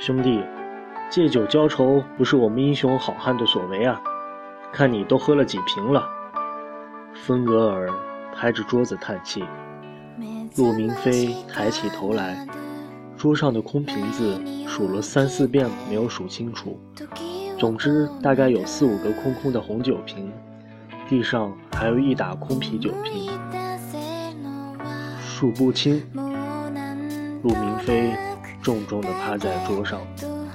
兄弟，借酒浇愁不是我们英雄好汉的所为啊，看你都喝了几瓶了。芬格尔拍着桌子叹气。陆明飞抬起头来，桌上的空瓶子数了3、4遍没有数清楚，总之大概有4、5个空空的红酒瓶，地上还有1打空啤酒瓶，数不清。陆明飞重重地趴在桌上。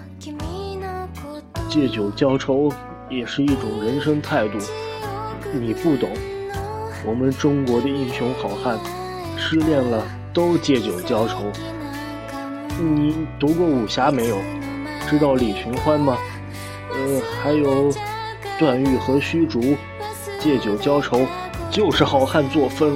借酒浇愁也是一种人生态度，你不懂。我们中国的英雄好汉失恋了都借酒浇愁。你读过武侠没有？知道李寻欢吗？还有段誉和虚竹，借酒浇愁就是好汉作风。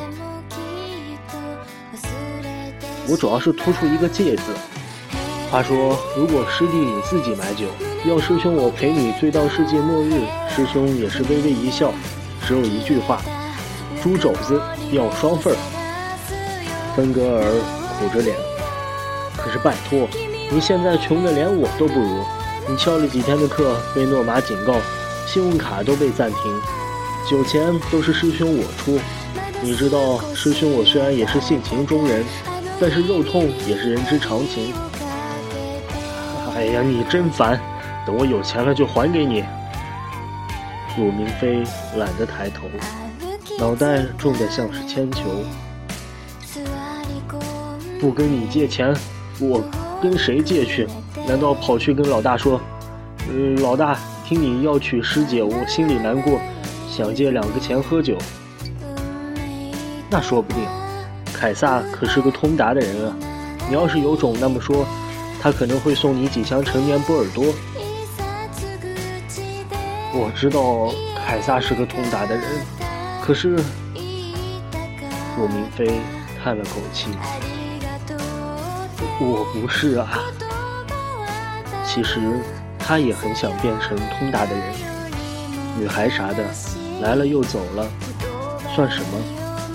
我主要是突出一个借字。话说，如果师弟你自己买酒，要师兄我陪你醉到世界末日，师兄也是微微一笑，只有一句话：猪肘子要双份儿。芬格尔苦着脸，可是拜托，你现在穷的连我都不如，你翘了几天的课被诺玛警告，信用卡都被暂停，酒钱都是师兄我出。你知道师兄我虽然也是性情中人，但是肉痛也是人之常情。哎呀，你真烦，等我有钱了就还给你。陆明飞懒得抬头，脑袋重得像是铅球。不跟你借钱，我跟谁借去？难道跑去跟老大说，老大，听你要娶师姐，我心里难过，想借2个钱喝酒。那说不定，凯撒可是个通达的人啊，你要是有种那么说，他可能会送你几箱陈年波尔多。我知道凯撒是个通达的人，可是陆明飞叹了口气，我不是啊。其实他也很想变成通达的人，女孩啥的来了又走了，算什么？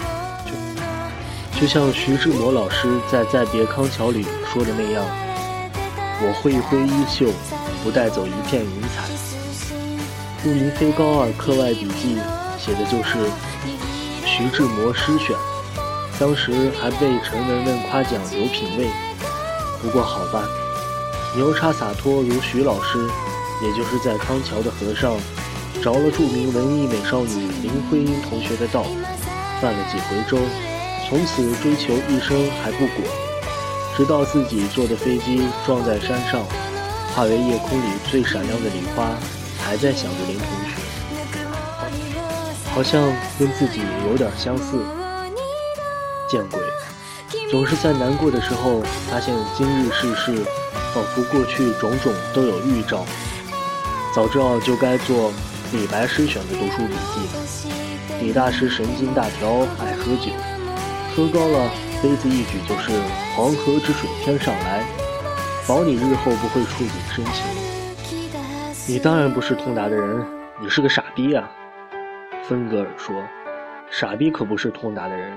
就像徐志摩老师在《再别康桥》里说的那样，我挥一挥衣袖，不带走一片云彩。陆明飞高2课外笔记写的就是徐志摩诗选，当时还被陈文文夸奖有品位。不过好吧，牛叉洒脱如徐老师，也就是在康桥的河上着了著名文艺美少女林徽因同学的道，泛了几回舟，从此追求一生还不果，直到自己坐的飞机撞在山上，化为夜空里最闪亮的礼花，还在想着林同学，好像跟自己有点相似。见鬼，总是在难过的时候发现今日世事仿佛过去种种都有预兆，早知道就该做李白诗选的读书笔记。李大师神经大条，爱喝酒，喝高了杯子一举就是黄河之水天上来，保你日后不会触景生情。你当然不是通达的人，你是个傻逼啊。芬格尔说，傻逼可不是通达的人。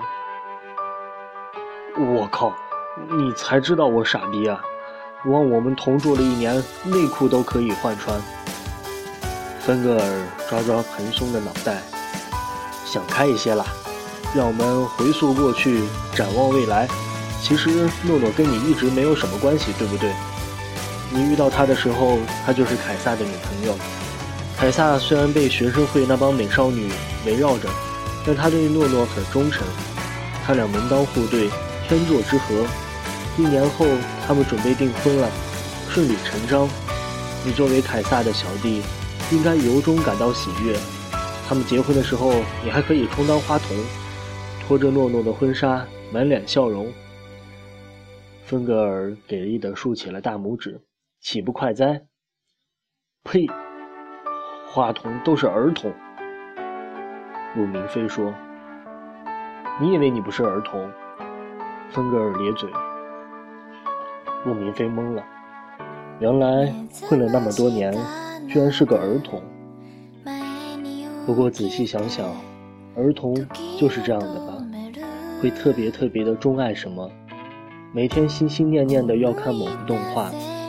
我靠，你才知道我傻逼啊，望我们同住了1年，内裤都可以换穿。芬格尔抓抓蓬松的脑袋，想开一些啦，让我们回溯过去，展望未来。其实诺诺跟你一直没有什么关系，对不对？你遇到他的时候，他就是凯撒的女朋友。凯撒虽然被学生会那帮美少女围绕着，但他对诺诺很忠诚，他俩门当户对，天作之合。1年后他们准备订婚了，顺理成章。你作为凯撒的小弟，应该由衷感到喜悦。他们结婚的时候，你还可以充当花童，拖着诺诺的婚纱，满脸笑容。芬格尔给力地竖起了大拇指，岂不快哉？呸！花童都是儿童。陆明飞说。你以为你不是儿童？芬格尔咧嘴。陆明飞懵了，原来混了那么多年，居然是个儿童。不过仔细想想，儿童就是这样的吧，会特别的钟爱什么，每天心心念念的要看某部动画，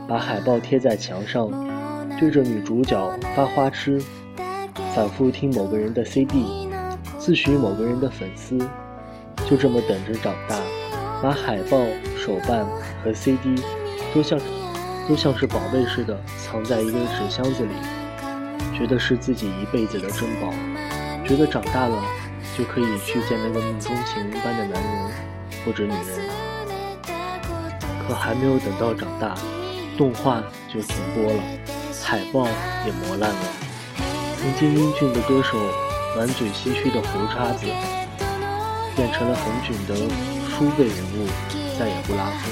把海报贴在墙上，对着女主角发花痴，反复听某个人的 CD， 自诩某个人的粉丝，就这么等着长大，把海报、手办和 CD 都像是宝贝似的藏在一个纸箱子里，觉得是自己一辈子的珍宝，觉得长大了就可以去见那个梦中情人般的男人或者女人。可还没有等到长大，动画就停播了，海报也磨烂了，曾经英俊的歌手满嘴唏嘘的胡茬子变成了很囧的书辈人物，再也不拉风。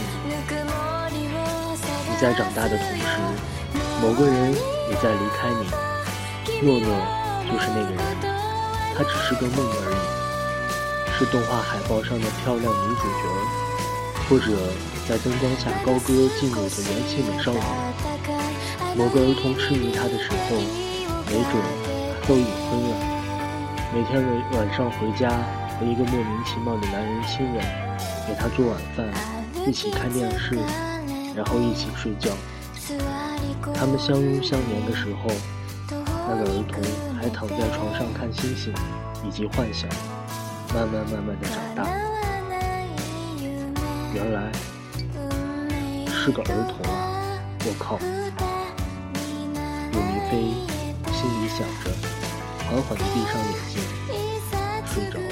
你在长大的同时，某个人也在离开你。诺诺就是那个人，他只是个梦而已，是动画海报上的漂亮女主角，或者在灯光下高歌劲舞的元气美少女。某个儿童痴迷她的时候，没准都已婚了，每天晚上回家和一个莫名其妙的男人亲吻，给他做晚饭，一起看电视，然后一起睡觉。他们相拥相黏的时候，那个儿童还躺在床上看星星以及幻想，慢慢的长大。原来是个儿童啊，我靠。柳明飞心里想着，缓缓地闭上眼睛，睡着。